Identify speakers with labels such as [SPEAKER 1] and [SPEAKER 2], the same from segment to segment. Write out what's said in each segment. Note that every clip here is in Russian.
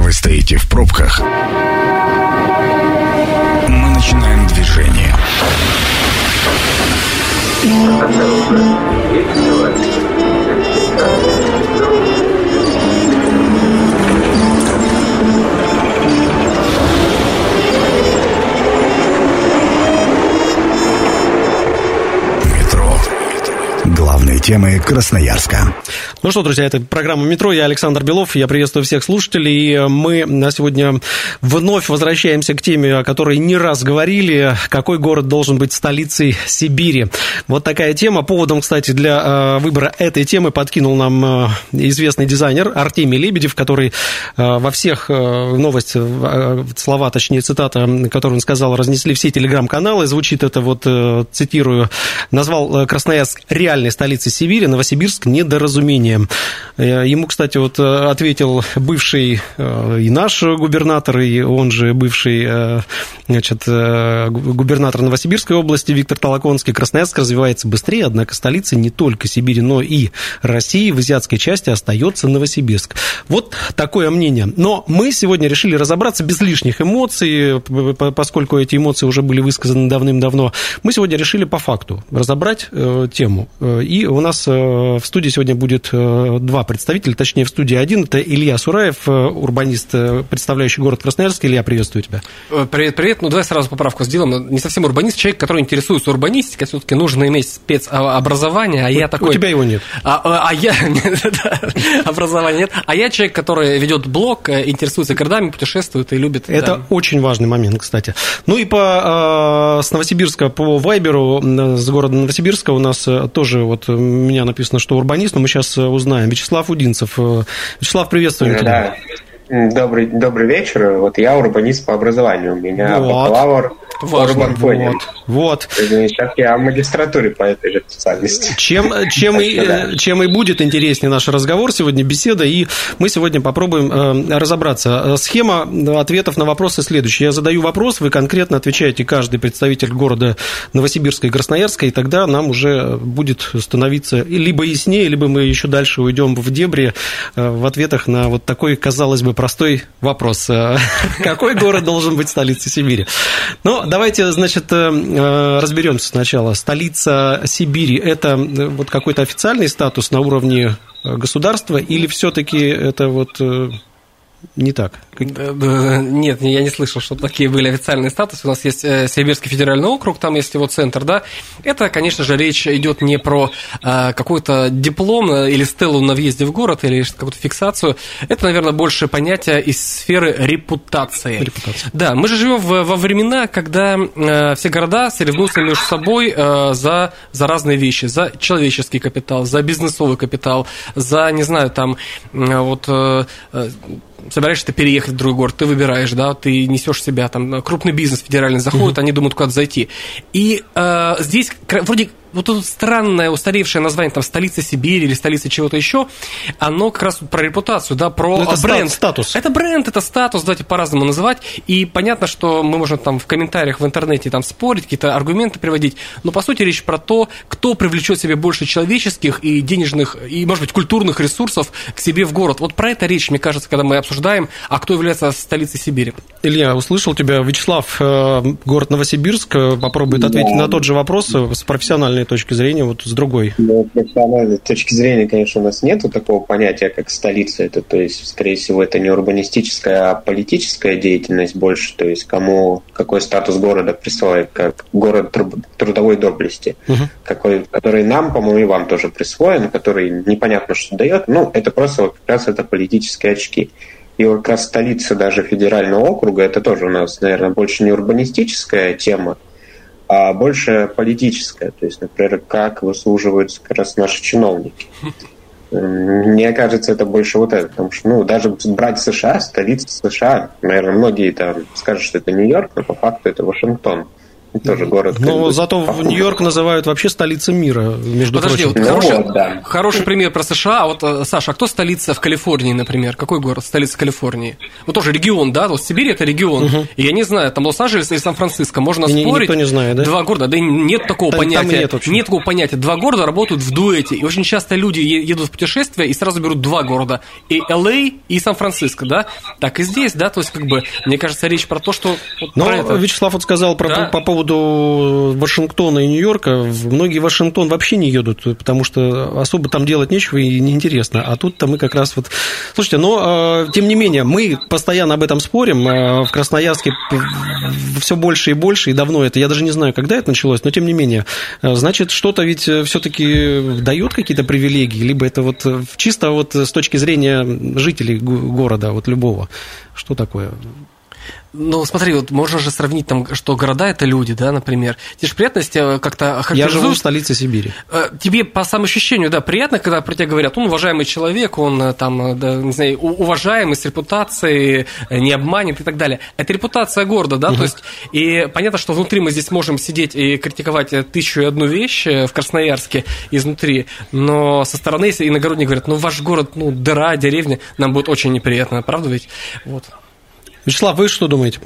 [SPEAKER 1] Вы стоите в пробках. Мы начинаем движение. Главные темы Красноярска.
[SPEAKER 2] Ну что, друзья, это программа «Метро». Я Александр Белов. Я приветствую всех слушателей. И мы на сегодня вновь возвращаемся к теме, о которой не раз говорили. Какой город должен быть столицей Сибири? Вот такая тема. Поводом, кстати, для выбора этой темы подкинул нам известный дизайнер Артемий Лебедев, который во всех новость, слова, точнее, цитата, которую он сказал, разнесли все телеграм-каналы. Звучит это, вот, цитирую, назвал Красноярск реальной столицей Сибири, Новосибирск недоразумение. Ему, кстати, вот ответил бывший и наш губернатор, и он же бывший, значит, губернатор Новосибирской области Виктор Толоконский. Красноярск развивается быстрее, однако столицей не только Сибири, но и России в азиатской части остается Новосибирск. Вот такое мнение. Но мы сегодня решили разобраться без лишних эмоций, поскольку эти эмоции уже были высказаны давным-давно. Мы сегодня решили по факту разобрать тему. И у нас в студии сегодня будет два представителя, точнее, в студии один. Это Илья Сураев, урбанист, представляющий город Красноярск. Илья, приветствую тебя.
[SPEAKER 3] Привет. Ну, давай сразу поправку сделаем. Не совсем урбанист, человек, который интересуется урбанистикой, все-таки нужно иметь спецобразование, а я такой...
[SPEAKER 2] У тебя его нет.
[SPEAKER 3] Образования нет. А я человек, который ведет блог, интересуется городами, путешествует и любит...
[SPEAKER 2] Это очень важный момент, кстати. Ну и с Новосибирска по Вайберу, с города Новосибирска у нас тоже, вот у меня написано, что урбанист, но мы сейчас узнаем. Вячеслав Удинцев. Вячеслав, приветствую тебя.
[SPEAKER 4] Добрый вечер. Вот я урбанист по образованию. У меня бакалавр в урбанфоне.
[SPEAKER 2] Вот.
[SPEAKER 4] Сейчас я в магистратуре по этой же специальности.
[SPEAKER 2] Чем и будет интереснее наш разговор сегодня, беседа, и мы сегодня попробуем разобраться. Схема ответов на вопросы следующая. Я задаю вопрос, вы конкретно отвечаете, каждый представитель города Новосибирска и Красноярска, и тогда нам уже будет становиться либо яснее, либо мы еще дальше уйдем в дебри в ответах на вот такой, казалось бы, простой вопрос. Какой город должен быть столицей Сибири? Ну, давайте, значит, разберемся сначала. Столица Сибири – это вот какой-то официальный статус на уровне государства или все-таки это вот не так?
[SPEAKER 3] Нет, я не слышал, что такие были официальные статусы. У нас есть Сибирский федеральный округ, там есть его центр, да. Это, конечно же, речь идет не про какой-то диплом или стелу на въезде в город, или какую-то фиксацию. Это, наверное, больше понятие из сферы репутации. Да, мы же живем во времена, когда все города соревнуются между собой за разные вещи. За человеческий капитал, за бизнесовый капитал, за, не знаю, там, вот... собираешься ты переехать в другой город, ты выбираешь, да, ты несешь себя, там, крупный бизнес федеральный заходит, они думают, куда зайти. И здесь вроде вот это странное устаревшее название, там, столица Сибири или столица чего-то еще, оно как раз про репутацию, да, про бренд.
[SPEAKER 2] Статус.
[SPEAKER 3] Это бренд, это статус, давайте по-разному называть, и понятно, что мы можем там в комментариях в интернете там спорить, какие-то аргументы приводить, но по сути речь про то, кто привлечет себе больше человеческих и денежных, и, может быть, культурных ресурсов к себе в город. Вот про это речь, мне кажется, когда мы обсуждаем, а кто является столицей Сибири.
[SPEAKER 2] Илья, услышал тебя. Вячеслав, город Новосибирск, попробует ответить на тот же вопрос с профессиональной точки зрения, вот с другой.
[SPEAKER 4] Ну, с профессиональной точки зрения, конечно, у нас нет такого понятия, как столица. Это, то есть, скорее всего, это не урбанистическая, а политическая деятельность больше. То есть, кому какой статус города присвоит, как город трудовой доблести, который нам, по-моему, и вам тоже присвоен, который непонятно, что дает. Ну, это просто вот как раз это политические очки. И вот как раз столица даже федерального округа, это тоже у нас, наверное, больше не урбанистическая тема, а больше политическая. То есть, например, как выслуживаются как раз наши чиновники. Мне кажется, это больше вот это. Потому что, даже брать США, столица США, наверное, многие там скажут, что это Нью-Йорк, но по факту это Вашингтон. Тоже город.
[SPEAKER 2] Но зато Нью-Йорк называют вообще столицей мира, между прочим.
[SPEAKER 3] Вот хороший пример про США. Вот, Саша, а кто столица в Калифорнии, например? Какой город столица Калифорнии? Вот тоже регион, да? Вот Сибирь – это регион. И я не знаю, там Лос-Анджелес или Сан-Франциско. Можно спорить.
[SPEAKER 2] Никто не знает, да?
[SPEAKER 3] Два города. Да нет такого понятия. Нет такого понятия. Два города работают в дуэте. И очень часто люди едут в путешествие и сразу берут два города. И Л.А., и Сан-Франциско, да? Так и здесь, да? То есть, как бы, мне кажется, речь про то, что...
[SPEAKER 2] Но Вячеслав вот сказал по поводу Вашингтона и Нью-Йорка. Многие в Вашингтон вообще не едут, потому что особо там делать нечего и неинтересно. А тут-то мы как раз вот... Слушайте, но, тем не менее, мы постоянно об этом спорим. В Красноярске все больше и больше, и давно это. Я даже не знаю, когда это началось, но тем не менее. Значит, что-то ведь все-таки дает какие-то привилегии, либо это вот чисто вот с точки зрения жителей города, вот любого. Что такое?
[SPEAKER 3] Ну, смотри, вот можно же сравнить там, что города – это люди, да, например. Тебе же приятно, если как-то охарактеризуют...
[SPEAKER 2] Я живу в столице Сибири.
[SPEAKER 3] Тебе по самоощущению, да, приятно, когда про тебя говорят, он уважаемый человек, он там, да, не знаю, уважаемый, с репутацией, не обманет и так далее. Это репутация города, да, то есть, и понятно, что внутри мы здесь можем сидеть и критиковать 1001 вещь в Красноярске изнутри, но со стороны, если иногородние говорят, ну, ваш город, ну, дыра, деревня, нам будет очень неприятно, правда ведь? Вот.
[SPEAKER 2] Вячеслав, вы что думаете?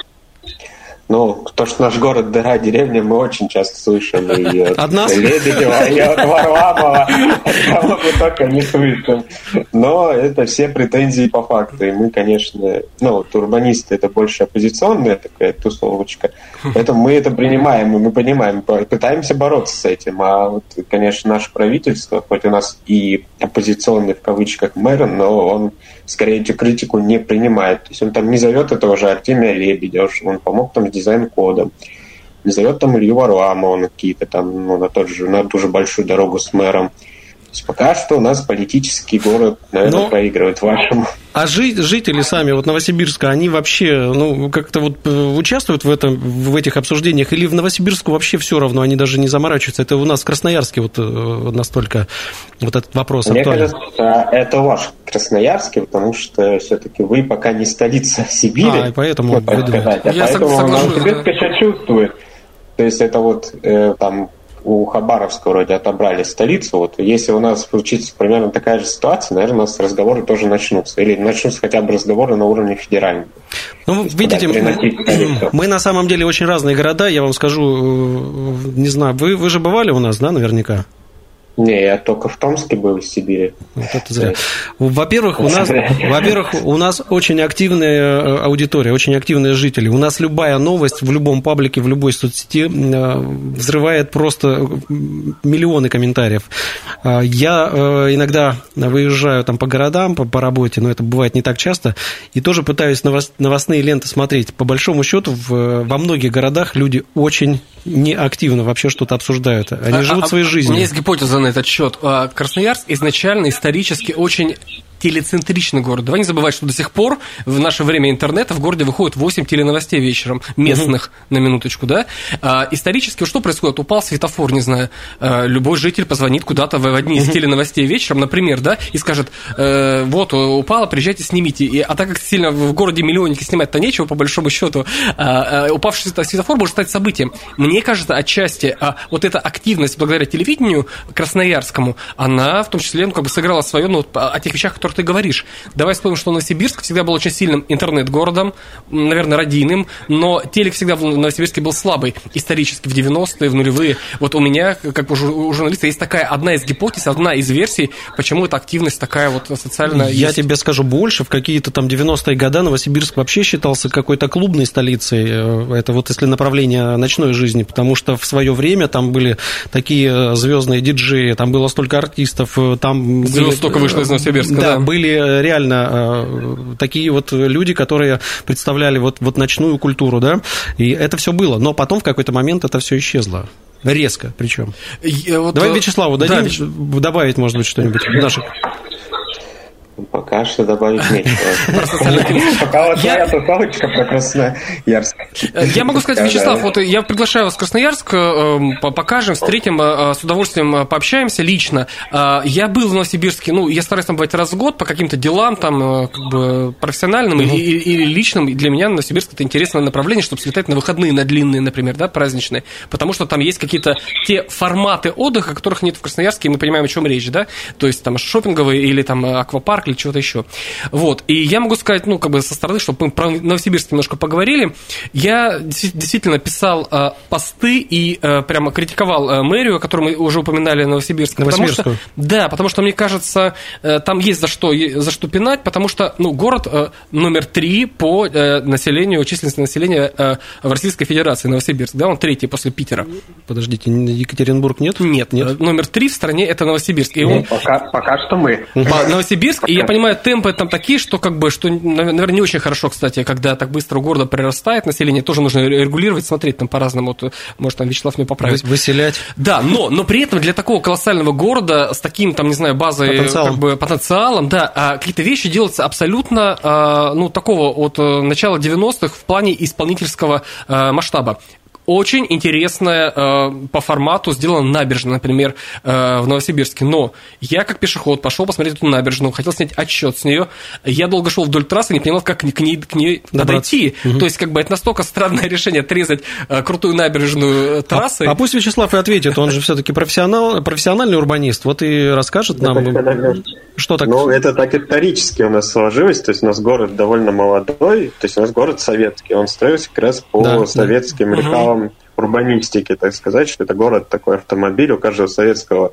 [SPEAKER 4] Ну, то, что наш город дыра, деревня, мы очень часто слышим и от Лебедева, и от Варламова, от кого мы только не слышим. Но это все претензии по факту. И мы, конечно, ну, вот урбанисты – это больше оппозиционная такая тусовочка, поэтому мы это принимаем, и мы понимаем, пытаемся бороться с этим. А вот, конечно, наше правительство, хоть у нас и оппозиционный в кавычках мэр, но он скорее эту критику не принимает. То есть он там не зовет этого же Артемия Лебедева, он помог там с дизайн-кодом, не зовет там Илью Варламова на какие-то там, ну, на ту же большую дорогу с мэром. То есть пока что у нас политический город, наверное, проигрывает вашему.
[SPEAKER 2] А жители сами вот Новосибирска, они вообще, ну, как-то вот участвуют в этих обсуждениях, или в Новосибирску вообще все равно, они даже не заморачиваются? Это у нас в Красноярске вот настолько вот этот вопрос актуален. Мне
[SPEAKER 4] кажется, это ваш Красноярский, потому что все-таки вы пока не столица Сибири.
[SPEAKER 2] И поэтому
[SPEAKER 4] вот, так сказать. Поэтому Новосибирск еще чувствует. То есть это вот там у Хабаровска вроде отобрали столицу. Вот если у нас случится примерно такая же ситуация, наверное, у нас разговоры тоже начнутся. Или начнутся хотя бы разговоры на уровне федерального.
[SPEAKER 2] Ну, видите, мы на самом деле очень разные города. Я вам скажу, не знаю, вы же бывали у нас, да, наверняка?
[SPEAKER 4] Не, я только в Томске был, из Сибири.
[SPEAKER 2] Вот это зря. Во-первых, у нас очень активная аудитория, очень активные жители. У нас любая новость в любом паблике, в любой соцсети взрывает просто миллионы комментариев. Я иногда выезжаю там по городам, по работе, но это бывает не так часто, и тоже пытаюсь новостные ленты смотреть. По большому счету, во многих городах люди очень неактивно вообще что-то обсуждают. Они живут своей жизнью.
[SPEAKER 3] У меня есть гипотеза на этот счет. Красноярск изначально исторически очень телецентричный город. Давай не забывать, что до сих пор в наше время интернета в городе выходит 8 теленовостей вечером, местных, на минуточку, да? Исторически что происходит? Упал светофор, не знаю, любой житель позвонит куда-то в одни из теленовостей вечером, например, да, и скажет, вот, упало, приезжайте, снимите. А так как сильно в городе миллионники снимать-то нечего, по большому счету, упавший светофор может стать событием. Мне кажется, отчасти вот эта активность благодаря телевидению красноярскому, она в том числе, ну, как бы сыграла свое, ну, о тех вещах, ты говоришь. Давай вспомним, что Новосибирск всегда был очень сильным интернет-городом, наверное, радийным, но телек всегда в Новосибирске был слабый исторически в 90-е, в нулевые. Вот у меня, как у журналиста, есть такая одна из гипотез, одна из версий, почему эта активность такая вот социальная.
[SPEAKER 2] Я тебе скажу больше, в какие-то там 90-е годы Новосибирск вообще считался какой-то клубной столицей, это вот если направление ночной жизни, потому что в свое время там были такие звездные диджеи, там было столько артистов, там...
[SPEAKER 3] Звезд столько вышло из Новосибирска, да.
[SPEAKER 2] Были реально такие вот люди, которые представляли вот ночную культуру, да, и это все было, но потом в какой-то момент это все исчезло. Резко причем. Давай Вячеславу дадим добавить, может быть, что-нибудь в наших...
[SPEAKER 4] Пока что добавить нечего. Пока вот твоя тусовочка про Красноярск.
[SPEAKER 3] Я могу сказать, Вячеслав, вот я приглашаю вас в Красноярск, покажем, встретим, с удовольствием пообщаемся лично. Я был в Новосибирске, я стараюсь там бывать раз в год по каким-то делам, там, как бы, профессиональным или личным. Для меня Новосибирск – это интересное направление, чтобы слетать на выходные, на длинные, например, да, праздничные, потому что там есть какие-то те форматы отдыха, которых нет в Красноярске, и мы понимаем, о чем речь, да, то есть там шопинговые или там аквапарк или чего-то еще. Вот, и я могу сказать, со стороны, чтобы мы про Новосибирск немножко поговорили, я действительно писал посты и прямо критиковал мэрию, которую мы уже упоминали, Новосибирск. Потому что, мне кажется, там есть за что пинать, потому что, город номер 3 по населению, численности населения в Российской Федерации, Новосибирск, да, он 3-й после Питера.
[SPEAKER 2] Подождите, Екатеринбург нет?
[SPEAKER 3] Нет. Номер 3 в стране – это Новосибирск. И он...
[SPEAKER 4] пока что мы.
[SPEAKER 3] Новосибирск, и я понимаю, темпы там такие, что, наверное, не очень хорошо, кстати, когда так быстро у города прирастает население, тоже нужно регулировать, смотреть там по-разному, может, там Вячеслав меня поправит.
[SPEAKER 2] Выселять.
[SPEAKER 3] Да, но при этом для такого колоссального города с таким, там, не знаю, базой, потенциалом, да, какие-то вещи делаются абсолютно, такого от начала 90-х в плане исполнительского масштаба. Очень интересная по формату сделана набережная, например, в Новосибирске. Но я, как пешеход, пошел посмотреть эту набережную, хотел снять отсчет с нее. Я долго шел вдоль трассы, не понимал, как к ней подойти. То есть, это настолько странное решение отрезать крутую набережную трассы.
[SPEAKER 2] А пусть Вячеслав и ответит, он же все-таки профессиональный урбанист. Вот и расскажет нам, что так.
[SPEAKER 4] Это так исторически у нас сложилось. То есть, у нас город довольно молодой, то есть, у нас город советский. Он строился как раз по советским лекалам урбанистики, так сказать, что это город такой автомобиль, у каждого советского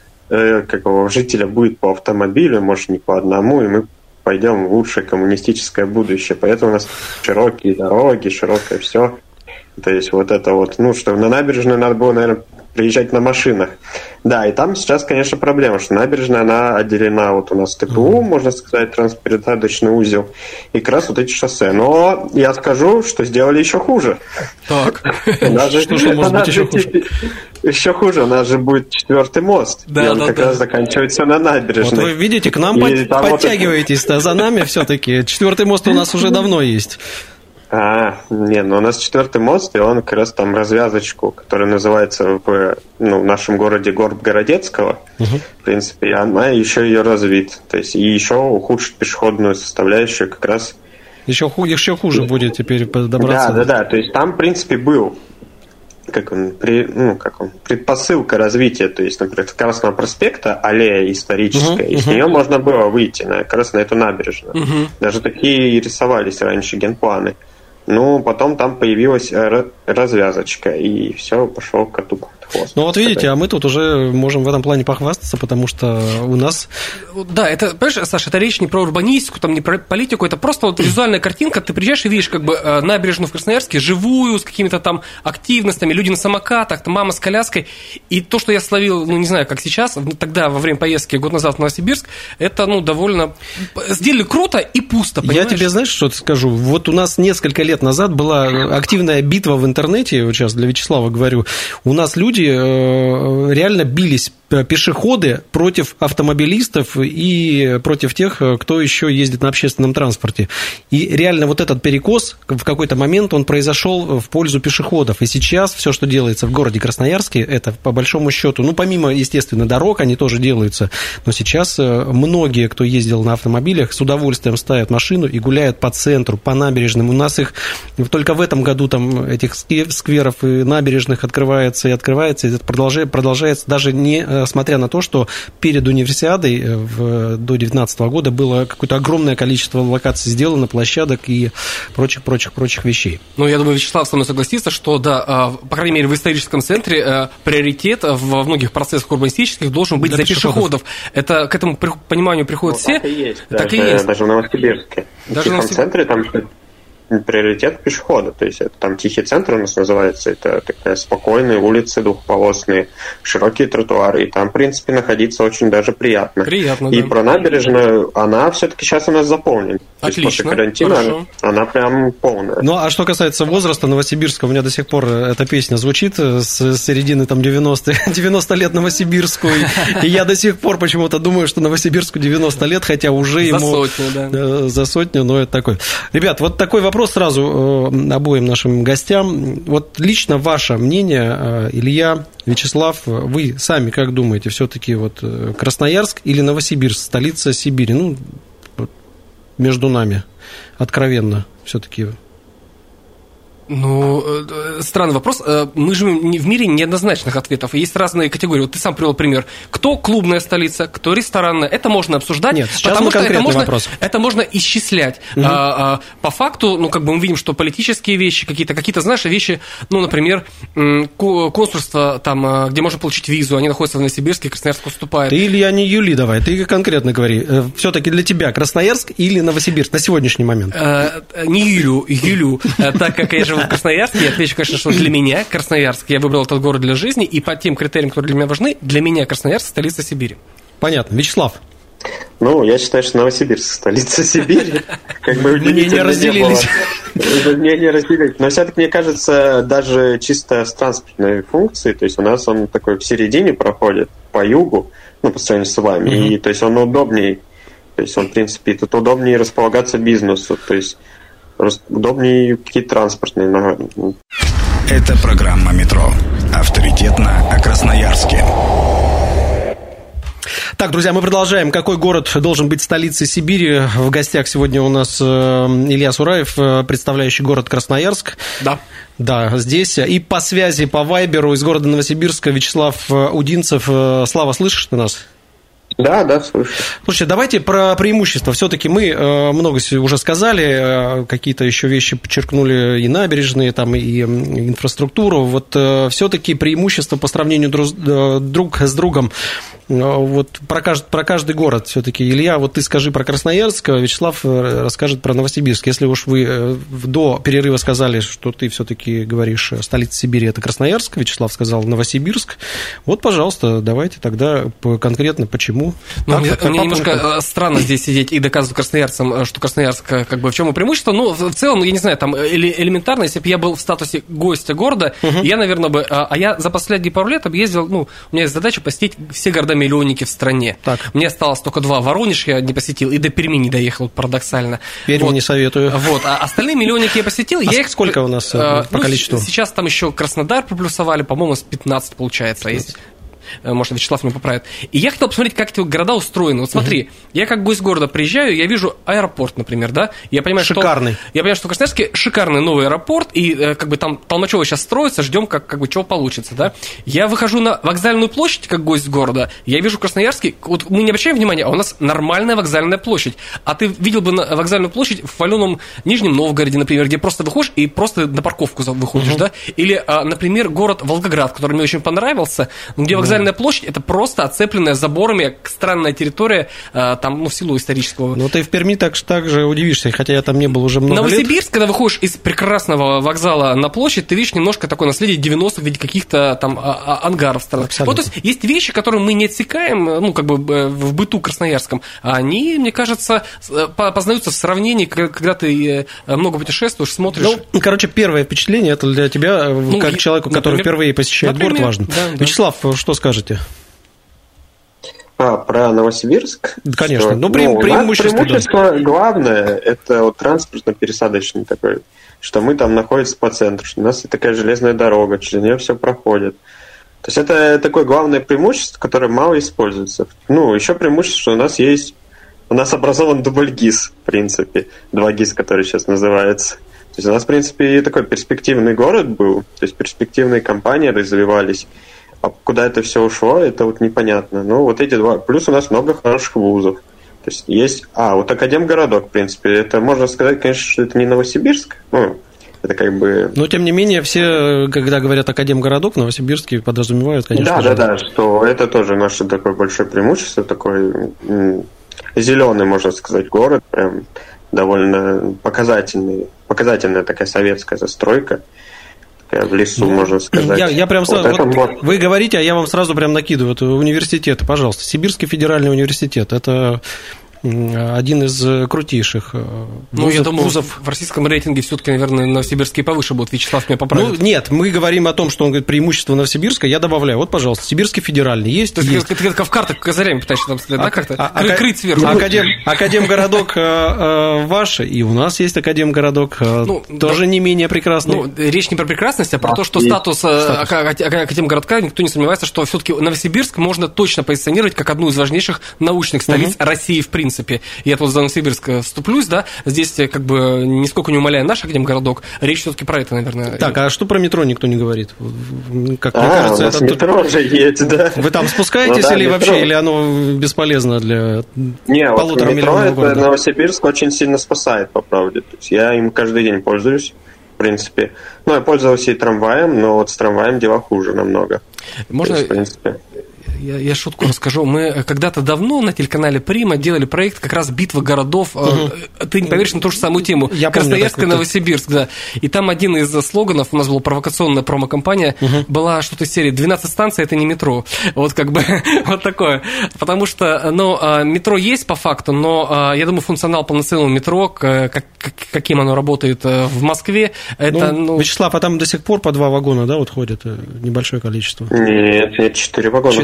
[SPEAKER 4] жителя будет по автомобилю, может, не по одному, и мы пойдем в лучшее коммунистическое будущее. Поэтому у нас широкие дороги, широкое все. То есть что на набережную надо было, наверное, приезжать на машинах. Да, и там сейчас, конечно, проблема, что набережная, она отделена у нас ТПУ, можно сказать, транспортно-пересадочный узел, и как раз эти шоссе. Но я скажу, что сделали еще хуже.
[SPEAKER 3] Так.
[SPEAKER 2] Что может быть еще хуже?
[SPEAKER 4] Еще хуже, у нас же будет 4-й мост, и он как раз заканчивается на набережной.
[SPEAKER 2] Вот вы видите, к нам подтягиваетесь-то, за нами все-таки. 4-й мост у нас уже давно есть.
[SPEAKER 4] У нас 4-й мост, и он как раз там развязочку, которая называется в нашем городе Город-Городецкого, в принципе, и она еще ее развит. То есть, и еще ухудшит пешеходную составляющую как раз.
[SPEAKER 2] Еще хуже будет теперь добраться.
[SPEAKER 4] Да. То есть, там, в принципе, был предпосылка развития, то есть, например, Красного проспекта, аллея историческая, и с нее можно было выйти как раз на эту набережную. Даже такие и рисовались раньше генпланы. Потом там появилась развязочка, и все, пошел коту под хвост.
[SPEAKER 2] Видите, а мы тут уже можем в этом плане похвастаться, потому что у нас...
[SPEAKER 3] Да, это, понимаешь, Саша, это речь не про урбанистику, не про политику, это просто визуальная картинка, ты приезжаешь и видишь набережную в Красноярске, живую, с какими-то там активностями, люди на самокатах, мама с коляской, и то, что я словил, не знаю, как сейчас, тогда, во время поездки год назад в Новосибирск, это, довольно... Сделали круто и пусто, понимаешь?
[SPEAKER 2] Я тебе, знаешь, что скажу? Вот у нас несколько лет назад была активная битва в интернете, вот сейчас для Вячеслава говорю, у нас люди реально бились, пешеходы, против автомобилистов и против тех, кто еще ездит на общественном транспорте. И реально вот этот перекос в какой-то момент он произошел в пользу пешеходов. И сейчас все, что делается в городе Красноярске, это по большому счету, помимо, естественно, дорог, они тоже делаются, но сейчас многие, кто ездил на автомобилях, с удовольствием ставят машину и гуляют по центру, по набережным. У нас их только в этом году там этих скверов и набережных открывается, и это продолжается даже несмотря на то, что перед универсиадой до 2019 года было какое-то огромное количество локаций сделано, площадок и прочих вещей.
[SPEAKER 3] Я думаю, Вячеслав со мной согласится, что, да, по крайней мере, в историческом центре приоритет во многих процессах урбанистических должен быть за пешеходов. Это к этому пониманию приходят все.
[SPEAKER 4] Так и есть. Даже в Новосибирске. В центре там приоритет пешехода. То есть это там тихий центр у нас называется, это такая спокойные улицы двухполосные, широкие тротуары, и там, в принципе, находиться очень даже приятно. И
[SPEAKER 3] да.
[SPEAKER 4] про набережную, она все-таки сейчас у нас заполнена.
[SPEAKER 3] Отлично.
[SPEAKER 4] После карантина она прям полная.
[SPEAKER 2] Ну, а что касается возраста Новосибирска, у меня до сих пор эта песня звучит с середины там 90 лет Новосибирску, и я до сих пор почему-то думаю, что Новосибирску 90 лет, хотя уже ему... За сотню, но это такой. Ребят, вот такой вопрос сразу обоим нашим гостям. Вот лично ваше мнение, Илья, Вячеслав, вы сами как думаете, все-таки вот Красноярск или Новосибирск, столица Сибири? Ну, между нами, откровенно, все-таки.
[SPEAKER 3] Ну, странный вопрос. Мы живем в мире неоднозначных ответов. Есть разные категории. Вот ты сам привел пример. Кто клубная столица, кто ресторанная. Это можно обсуждать.
[SPEAKER 2] Нет, сейчас мы конкретный вопрос.
[SPEAKER 3] Это можно исчислять. Угу. По факту, ну, как бы мы видим, что политические вещи какие-то, знаешь, вещи, ну, например, консульство, там, где можно получить визу, они находятся в Новосибирске, Красноярск уступает.
[SPEAKER 2] Ты, Илья, не юли давай, ты конкретно говори. Все-таки для тебя Красноярск или Новосибирск на сегодняшний момент?
[SPEAKER 3] Не юлю, так как я живу в Красноярске, я отвечу, конечно, что для меня Красноярск, я выбрал этот город для жизни, и по тем критериям, которые для меня важны, для меня Красноярск – столица Сибири.
[SPEAKER 2] Понятно. Вячеслав?
[SPEAKER 4] Ну, я считаю, что Новосибирск – столица Сибири. Как бы
[SPEAKER 2] удивительно не разделились.
[SPEAKER 4] Мнения разделились. Но все-таки, мне кажется, даже чисто с транспортной функцией, то есть у нас он такой в середине проходит, по югу, ну, по сравнению с вами, и то есть он удобнее, то есть он, в принципе, тут удобнее располагаться бизнесу, то есть удобнее какие-то транспортные.
[SPEAKER 1] Это программа «Метро». Авторитетно о Красноярске.
[SPEAKER 2] Так, друзья, мы продолжаем. Какой город должен быть столицей Сибири? В гостях сегодня у нас Илья Сураев, представляющий город Красноярск.
[SPEAKER 3] Да.
[SPEAKER 2] Да, здесь. И по связи, по Вайберу из города Новосибирска Вячеслав Удинцев. Слава, слышишь ты нас?
[SPEAKER 4] Да, слышу.
[SPEAKER 2] Слушайте, давайте про преимущества. Все-таки мы много уже сказали, какие-то еще вещи подчеркнули, и набережные, там, и инфраструктуру. Вот все-таки преимущества по сравнению друг с другом. Вот про каждый город все-таки. Илья, вот ты скажи про Красноярск, Вячеслав расскажет про Новосибирск. Если уж вы до перерыва сказали, что ты все-таки говоришь, столица Сибири – это Красноярск, Вячеслав сказал Новосибирск. Вот, пожалуйста, давайте тогда конкретно почему.
[SPEAKER 3] Ну, мне немножко странно здесь сидеть и доказывать красноярцам, что Красноярск, как бы, в чем его преимущество. Но в целом, я не знаю, там элементарно, если бы я был в статусе гостя города, я, наверное, бы... А я за последние пару лет объездил, ну, у меня есть задача посетить все города-миллионники в стране. Так. Мне осталось только 2. Воронеж я не посетил, и до Перми не доехал, парадоксально.
[SPEAKER 2] Перми не советую.
[SPEAKER 3] Вот, а остальные миллионники я посетил.
[SPEAKER 2] А их сколько у нас по количеству?
[SPEAKER 3] Сейчас там еще Краснодар проплюсовали, по-моему, с 15 получается. Есть. Может, Вячеслав меня поправит. И я хотел посмотреть, как эти города устроены. Вот смотри, я как гость города приезжаю, я вижу аэропорт, например, да? Я понимаю,
[SPEAKER 2] шикарный.
[SPEAKER 3] Я понимаю, что в Красноярске шикарный новый аэропорт, и как бы там Толмачево сейчас строится, ждем, как бы чего получится, да? Я выхожу на вокзальную площадь, как гость города, я вижу Красноярский, вот мы не обращаем внимания, а у нас нормальная вокзальная площадь. А ты видел бы вокзальную площадь в хваленом Нижнем Новгороде, например, где просто выходишь и просто на парковку выходишь, да? Или, например, город Волгоград, который мне очень понравился, где вокзальная площадь – это просто оцепленная заборами странная территория, там, ну, в силу исторического.
[SPEAKER 2] Ну, ты в Перми так же удивишься, хотя я там не был уже много лет.
[SPEAKER 3] Новосибирск, когда выходишь из прекрасного вокзала на площадь, ты видишь немножко такое наследие 90-х в виде каких-то там ангаров странных. Вот, то есть вещи, которые мы не отсекаем, ну, как бы в быту красноярском, а они, мне кажется, познаются в сравнении, когда ты много путешествуешь, смотришь.
[SPEAKER 2] Ну, короче, первое впечатление – это для тебя, как человеку, который впервые посещает город, важно. Да. Вячеслав, что скажете?
[SPEAKER 4] Про Новосибирск?
[SPEAKER 2] Конечно. Что, преимущество
[SPEAKER 4] главное – это вот транспортно-пересадочный такой, что мы там находимся по центру, что у нас такая железная дорога, через нее все проходит. То есть это такое главное преимущество, которое мало используется. Ну, еще преимущество, что у нас образован дубль ГИС, в принципе, 2 ГИС, который сейчас называется. То есть у нас, в принципе, такой перспективный город был, то есть перспективные компании развивались. А куда это все ушло, это вот непонятно. Ну, вот эти 2. Плюс у нас много хороших вузов. То есть вот Академгородок, в принципе. Это можно сказать, конечно, что это не Новосибирск. Ну, это как бы...
[SPEAKER 2] Но, тем не менее, все, когда говорят Академгородок, Новосибирский подразумевают, конечно.
[SPEAKER 4] Да, что это тоже наше такое большое преимущество, такой зеленый, можно сказать, город, прям довольно показательная такая советская застройка. Такая в лесу, можно сказать.
[SPEAKER 2] Я прям сразу, вы говорите, а я вам сразу прям накидываю. Это университеты, пожалуйста. Сибирский федеральный университет. Это один из крутейших вузов.
[SPEAKER 3] Я думаю, в российском рейтинге все-таки, наверное, Новосибирский повыше будет. Вячеслав меня поправит.
[SPEAKER 2] Нет, мы говорим о том, что он говорит преимущество Новосибирска. Я добавляю, вот, пожалуйста, Сибирский федеральный есть.
[SPEAKER 3] То есть ты в картах козырями пытаешься там сказать, да, как-то? Крыть сверху.
[SPEAKER 2] Академгородок ваш, и у нас есть Академгородок, тоже не менее прекрасный.
[SPEAKER 3] Речь не про прекрасность, а про то, что статус Академгородка, никто не сомневается, что все-таки Новосибирск можно точно позиционировать как одну из важнейших научных столиц России в принципе. Я тут за Новосибирск вступлюсь, да, здесь как бы нисколько не умаляя наш Академгородок, речь все-таки про это, наверное.
[SPEAKER 2] Так, а что про метро никто не говорит?
[SPEAKER 4] Как мне кажется, у нас метро же есть, да.
[SPEAKER 2] Вы там спускаетесь или вообще, или оно бесполезно для полутора миллионов города?
[SPEAKER 4] Это Новосибирск очень сильно спасает, по правде. То есть я им каждый день пользуюсь, в принципе. Я пользовался и трамваем, но вот с трамваем дела хуже намного.
[SPEAKER 3] Можно...
[SPEAKER 4] есть, в принципе...
[SPEAKER 3] Я шутку расскажу. Мы когда-то давно на телеканале «Прима» делали проект как раз «Битва городов». Ты не поверишь, на ту же самую тему. Красноярск и Новосибирск, да. И там один из слоганов, у нас была провокационная промо-компания, была что-то из серии «12 станций – это не метро». Вот как бы вот такое. Потому что, метро есть по факту, но я думаю, функционал полноценного метро, каким оно работает в Москве, это...
[SPEAKER 2] Вячеслав, а там до сих пор по 2 вагона, да, вот ходит небольшое количество?
[SPEAKER 4] Нет, 4 вагона.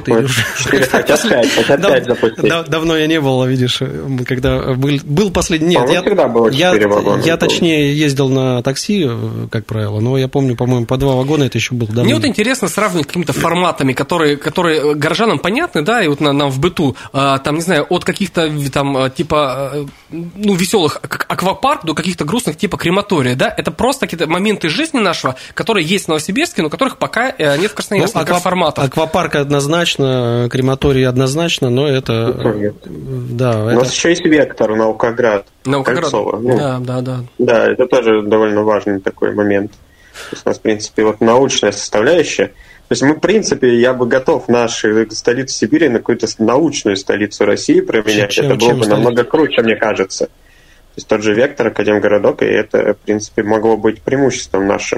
[SPEAKER 4] 4 хотят 5 запустить.
[SPEAKER 2] Давно я не был, видишь, когда был последний... Нет,
[SPEAKER 4] всегда было 4 вагона.
[SPEAKER 2] Я точнее ездил на такси, как правило, но я помню, по-моему, по 2 вагона это еще было давно.
[SPEAKER 3] Мне вот интересно сравнивать какими-то форматами, которые горожанам понятны, да, и вот нам в быту, там, не знаю, от каких-то там типа, веселых аквапарк до каких-то грустных типа крематория, да, это просто какие-то моменты жизни нашего, которые есть в Новосибирске, но которых пока нет в Красноярске, форматов.
[SPEAKER 2] Аквапарк однозначно, крематорий однозначно, но это... Да,
[SPEAKER 4] у нас еще есть вектор, Наукоград.
[SPEAKER 3] Кольцово. Да.
[SPEAKER 4] Да, это тоже довольно важный такой момент. То есть у нас, в принципе, вот научная составляющая. То есть мы, в принципе, я бы готов нашу столицу Сибири на какую-то научную столицу России променять. Это было бы намного круче, мне кажется. То есть тот же вектор, Академгородок, и это, в принципе, могло быть преимуществом нашим.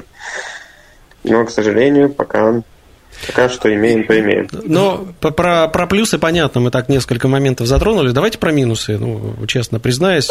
[SPEAKER 4] Но, к сожалению, пока что имеем, то имеем.
[SPEAKER 2] Но про плюсы понятно, мы так несколько моментов затронули. Давайте про минусы, честно признаюсь.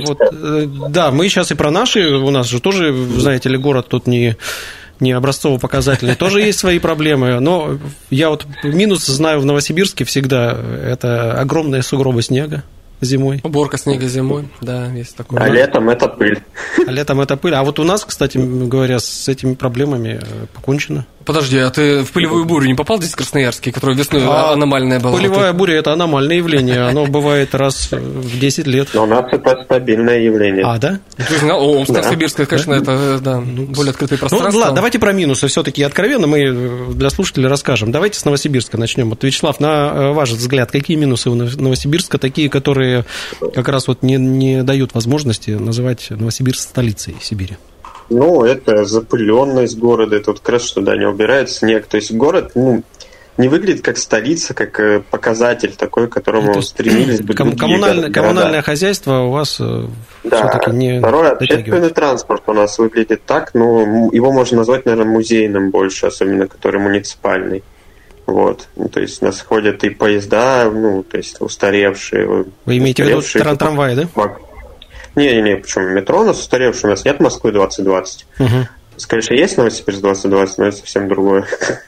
[SPEAKER 2] Да, мы сейчас и про наши, у нас же тоже, знаете ли, город тут не образцово-показательный, тоже есть свои проблемы. Но я вот минус знаю в Новосибирске всегда, это огромные сугробы снега зимой.
[SPEAKER 3] Уборка снега зимой, да, есть такое.
[SPEAKER 4] А летом это пыль.
[SPEAKER 2] А вот у нас, кстати говоря, с этими проблемами покончено.
[SPEAKER 3] Подожди, а ты в пылевую бурю не попал здесь в Красноярске, которая весной аномальная была?
[SPEAKER 2] Пылевая буря – это аномальное явление, оно бывает раз в 10 лет.
[SPEAKER 4] Но у нас это стабильное явление.
[SPEAKER 2] А, да?
[SPEAKER 3] Ты знал, Омск, Сибирская, конечно, это более открытое пространство.
[SPEAKER 2] Ладно, давайте про минусы все-таки откровенно мы для слушателей расскажем. Давайте с Новосибирска начнем. Вот, Вячеслав, на ваш взгляд, какие минусы у Новосибирска, такие, которые как раз вот не дают возможности называть Новосибирск столицей Сибири?
[SPEAKER 4] Это запыленность города, это вот как раз, что не убирает снег. То есть город, не выглядит как столица, как показатель такой, к которому стремились бы
[SPEAKER 2] коммунальное хозяйство у вас все-таки не
[SPEAKER 4] Второе, общественный транспорт у нас выглядит так, его можно назвать, наверное, музейным больше, особенно который муниципальный. Вот. То есть у нас ходят и поезда, то есть устаревшие.
[SPEAKER 2] Вы имеете в виду трамваи, да?
[SPEAKER 4] Не, почему? Метро у нас устаревшее, у нас нет Москвы 2020. Конечно, есть Новосибирск 2020, но это совсем другое.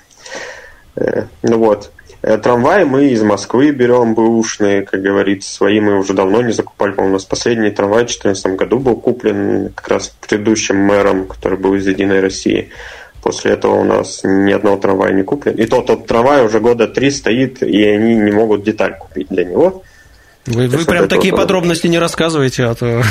[SPEAKER 4] Трамваи мы из Москвы берем, бэушные, как говорится, свои мы уже давно не закупали. По-моему, у нас последний трамвай в 2014 году был куплен как раз предыдущим мэром, который был из «Единой России». После этого у нас ни одного трамвая не куплен. И тот трамвай уже года 3 стоит, и они не могут деталь купить для него.
[SPEAKER 2] Вы прям такие подробности не рассказываете, а то...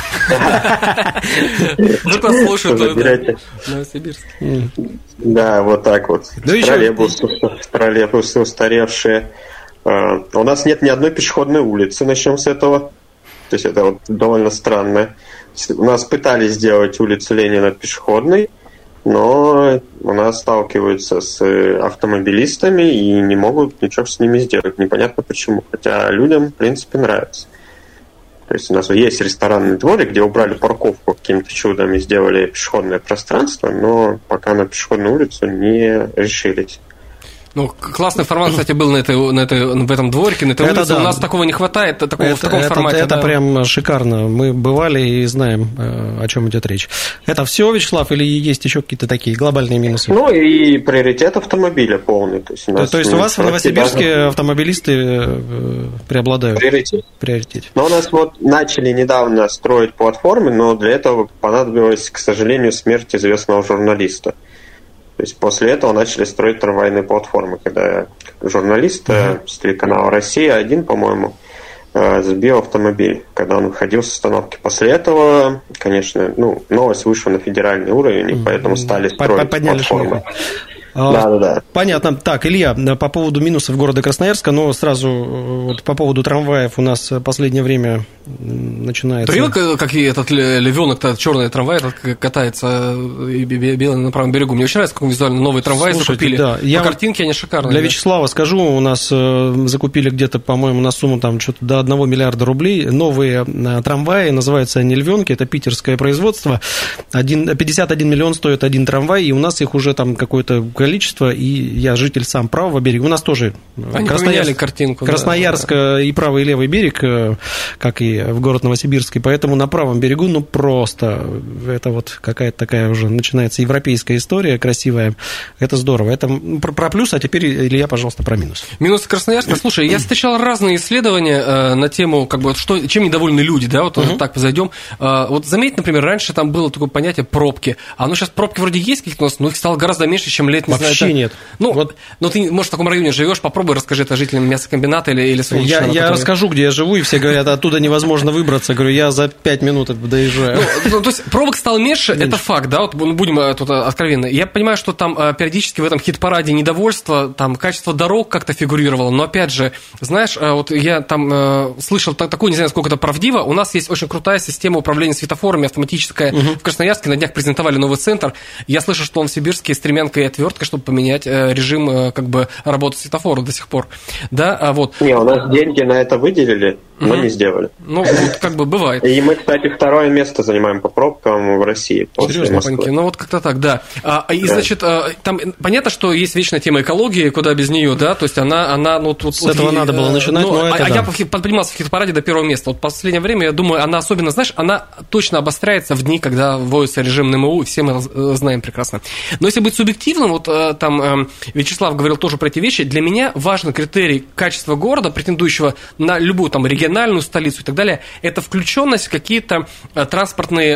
[SPEAKER 3] Вдруг нас слушают Новосибирск.
[SPEAKER 4] Да, вот так вот. Троллейбусы устаревшие. У нас нет ни одной пешеходной улицы, начнем с этого. То есть это вот довольно странно. У нас пытались сделать улицу Ленина пешеходной, но у нас сталкиваются с автомобилистами и не могут ничего с ними сделать. Непонятно почему. Хотя людям, в принципе, нравится. То есть у нас есть ресторанный дворик, где убрали парковку каким-то чудом и сделали пешеходное пространство, но пока на пешеходную улицу не решились.
[SPEAKER 3] Ну, классный формат, кстати, был в этом дворике, на этой улице. Да. У нас такого не хватает, в таком формате.
[SPEAKER 2] Это прям шикарно. Мы бывали и знаем, о чем идет речь. Это все, Вячеслав, или есть еще какие-то такие глобальные минусы?
[SPEAKER 4] Ну, и приоритет автомобиля полный. То есть
[SPEAKER 2] у вас в Новосибирске автомобилисты преобладают?
[SPEAKER 4] Приоритет. Но у нас начали недавно строить платформы, но для этого понадобилась, к сожалению, смерть известного журналиста. То есть после этого начали строить трамвайные платформы, когда журналист с телеканала «Россия-1», по-моему, сбил автомобиль, когда он выходил с остановки. После этого, конечно, новость вышла на федеральный уровень, и поэтому стали строить платформы. Да.
[SPEAKER 2] Понятно. Так, Илья, по поводу минусов города Красноярска, но сразу по поводу трамваев у нас в последнее время начинается...
[SPEAKER 3] Ты видел, как этот львенок-то, черный трамвай катается белый на правом берегу? Мне очень нравится, как визуально новые трамваи закупили. Да, по картинке они шикарные.
[SPEAKER 2] Для Вячеслава скажу, у нас закупили где-то, по-моему, на сумму там что-то до 1 миллиарда рублей новые трамваи, называются они львенки, это питерское производство. 51 миллион стоит один трамвай, и у нас их уже там какое-то количество, и я житель сам правого берега. У нас тоже Красноярск и правый и левый берег, как и в город Новосибирск, и поэтому на правом берегу, просто это вот какая-то такая уже начинается европейская история красивая. Это здорово. Это про плюс, а теперь, Илья, пожалуйста, про минус.
[SPEAKER 3] Минус Красноярска. Слушай, я встречал разные исследования на тему, чем недовольны люди, да, так позайдем. Вот заметь, например, раньше там было такое понятие пробки, сейчас пробки вроде есть каких-то, но их стало гораздо меньше, чем лет.
[SPEAKER 2] Вообще нет.
[SPEAKER 3] Ты, может, в таком районе живешь, попробуй, расскажи это жителям мясокомбината или Солнечного.
[SPEAKER 2] Я расскажу, где я живу, и все говорят, оттуда невозможно выбраться. Говорю, я за 5 минут доезжаю.
[SPEAKER 3] То есть пробок стало меньше, это факт, да, будем тут откровенны. Я понимаю, что там периодически в этом хит-параде недовольство, там качество дорог как-то фигурировало, но опять же, знаешь, я там слышал такую, не знаю, насколько это правдиво, у нас есть очень крутая система управления светофорами автоматическая в Красноярске, на днях презентовали новый центр. Я слышал, что он в Сибирске стремянка и отвертка, чтобы поменять режим работы светофора до сих пор. Да,
[SPEAKER 4] Не, у нас деньги на это выделили, но не сделали.
[SPEAKER 3] Бывает.
[SPEAKER 4] И мы, кстати, 2 место занимаем по пробкам в России.
[SPEAKER 3] Серьезно, Паньки? Как-то так, да. Значит, там понятно, что есть вечная тема экологии, куда без нее, да, то есть она
[SPEAKER 2] с этого надо было начинать,
[SPEAKER 3] я поднимался в хит-параде до 1 места. В последнее время, я думаю, она особенно, знаешь, она точно обостряется в дни, когда вводится режим НМУ, все мы знаем прекрасно. Но если быть субъективным, там Вячеслав говорил тоже про эти вещи, для меня важный критерий качества города, претендующего на любую там региональную столицу и так далее, это включенность в какие-то транспортные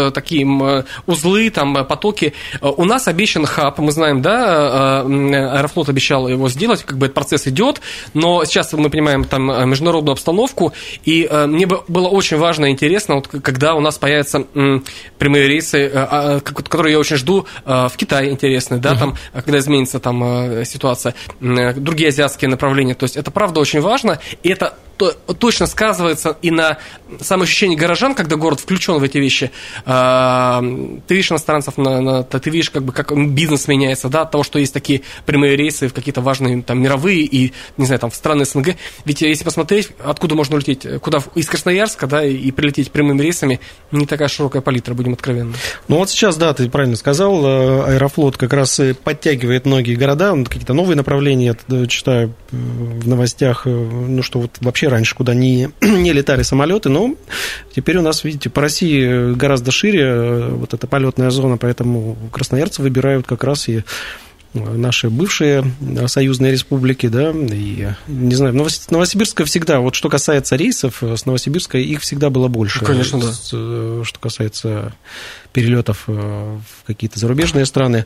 [SPEAKER 3] такие узлы, там, потоки. У нас обещан хаб, мы знаем, да, Аэрофлот обещал его сделать, этот процесс идет, но сейчас мы понимаем там международную обстановку, и мне было очень важно и интересно, когда у нас появятся прямые рейсы, которые я очень жду, в Китае интересны, да, там, когда изменится там ситуация, другие азиатские направления, то есть это правда очень важно, и это точно сказывается и на самоощущении горожан, когда город включен в эти вещи. Ты видишь иностранцев, ты видишь, как бизнес меняется, да, от того, что есть такие прямые рейсы в какие-то важные там мировые и, не знаю, там в страны СНГ. Ведь если посмотреть, откуда можно улететь, куда из Красноярска, да, и прилететь прямыми рейсами, не такая широкая палитра, будем откровенны.
[SPEAKER 2] Сейчас, да, ты правильно сказал, Аэрофлот как раз подтягивает многие города, какие-то новые направления, я читаю в новостях, что вообще раньше куда не летали самолеты, но теперь у нас, видите, по России гораздо шире эта полетная зона, поэтому красноярцы выбирают как раз и наши бывшие союзные республики, да, и, не знаю, Новосибирска всегда, что касается рейсов, с Новосибирска их всегда было больше.
[SPEAKER 3] Конечно, да.
[SPEAKER 2] Что касается перелетов в какие-то зарубежные страны.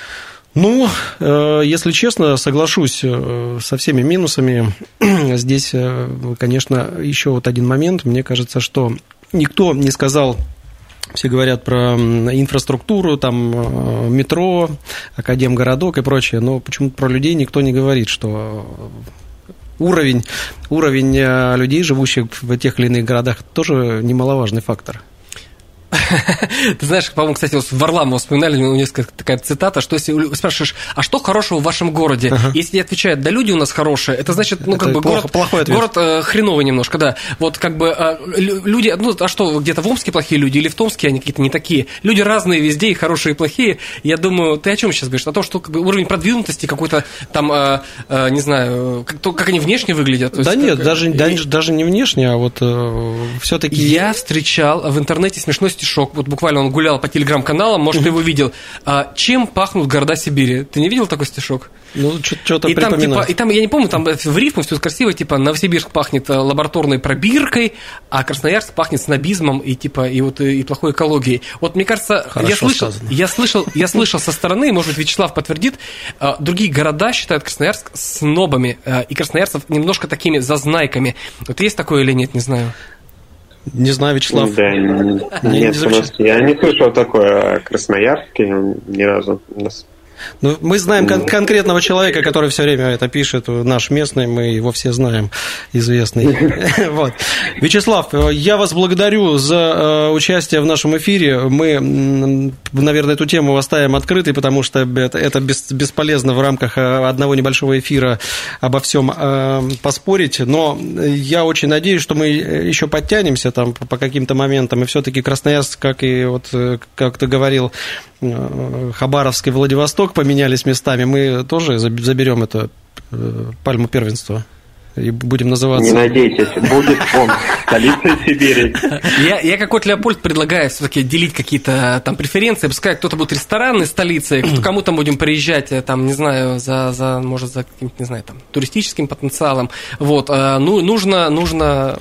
[SPEAKER 2] Если честно, соглашусь со всеми минусами. Здесь, конечно, еще один момент. Мне кажется, что никто не сказал, все говорят про инфраструктуру, там, метро, Академгородок и прочее, но почему-то про людей никто не говорит, что уровень людей, живущих в тех или иных городах, тоже немаловажный фактор.
[SPEAKER 3] Ты знаешь, по-моему, кстати, вот Варламова вспоминали, у него такая цитата, что если спрашиваешь, а что хорошего в вашем городе? Если отвечают, да люди у нас хорошие, это значит, ну, как бы город хреновый немножко, да. Вот как бы люди, ну, а что, где-то в Омске плохие люди или в Томске они какие-то не такие? Люди разные везде, и хорошие, и плохие. Я думаю, ты о чем сейчас говоришь? О том, что как бы, уровень продвинутости какой-то там, не знаю, как они внешне выглядят?
[SPEAKER 2] Да нет, даже не внешне, а вот все-таки...
[SPEAKER 3] Я встречал в интернете смешной стишок, вот буквально он гулял по телеграм-каналам, может, ты его видел. Чем пахнут города Сибири? Ты не видел такой стишок?
[SPEAKER 2] Ну, что-то
[SPEAKER 3] и там,
[SPEAKER 2] припоминаю.
[SPEAKER 3] и там, я не помню, там в рифму все красиво, типа, Новосибирск пахнет лабораторной пробиркой, а Красноярск пахнет снобизмом и, типа, и плохой экологией. Вот, мне кажется, я слышал со стороны, может быть, Вячеслав подтвердит, другие города считают Красноярск снобами, и красноярцев немножко такими зазнайками. Вот есть такое или нет, не знаю.
[SPEAKER 2] Не знаю, Вячеслав.
[SPEAKER 4] Да, нет, я не слышал такое о Красноярске ни разу.
[SPEAKER 2] Ну, мы знаем конкретного человека, который все время это пишет, наш местный, мы его все знаем, известный. Вот. Вячеслав, я вас благодарю за участие в нашем эфире. Мы, наверное, эту тему оставим открытой, потому что это бесполезно в рамках одного небольшого эфира обо всем поспорить. Но я очень надеюсь, что мы еще подтянемся там по каким-то моментам, и все-таки Красноярск, как и вот, как ты говорил, Хабаровск и Владивосток поменялись местами, мы тоже заберем эту пальму первенства и будем называться...
[SPEAKER 4] Не надейтесь, будет он столицей Сибири.
[SPEAKER 3] Я как вот Леопольд предлагаю все-таки делить какие-то там преференции, пускай кто-то будет ресторанной столицей, кому-то будем приезжать, там, не знаю, может, за каким-то, не знаю, там, туристическим потенциалом. Вот, ну, нужно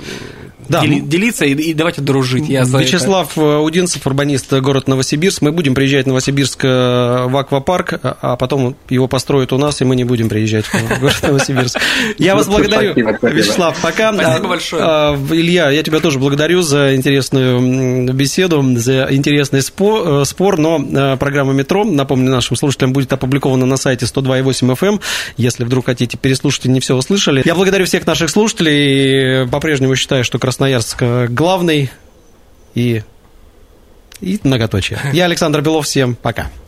[SPEAKER 3] делиться и давайте дружить.
[SPEAKER 2] Вячеслав Удинцев, урбанист, город Новосибирск. Мы будем приезжать в Новосибирск в аквапарк, а потом его построят у нас, и мы не будем приезжать в город Новосибирск. Я вас благодарю. Вячеслав, пока.
[SPEAKER 3] Спасибо большое.
[SPEAKER 2] Илья, я тебя тоже благодарю за интересную беседу, за интересный спор, но программа «Метро», напомню нашим слушателям, будет опубликована на сайте 102.8 FM, если вдруг хотите переслушать и не все услышали. Я благодарю всех наших слушателей, по-прежнему считаю, что Красноярск главный и многоточие. Я Александр Белов, всем пока.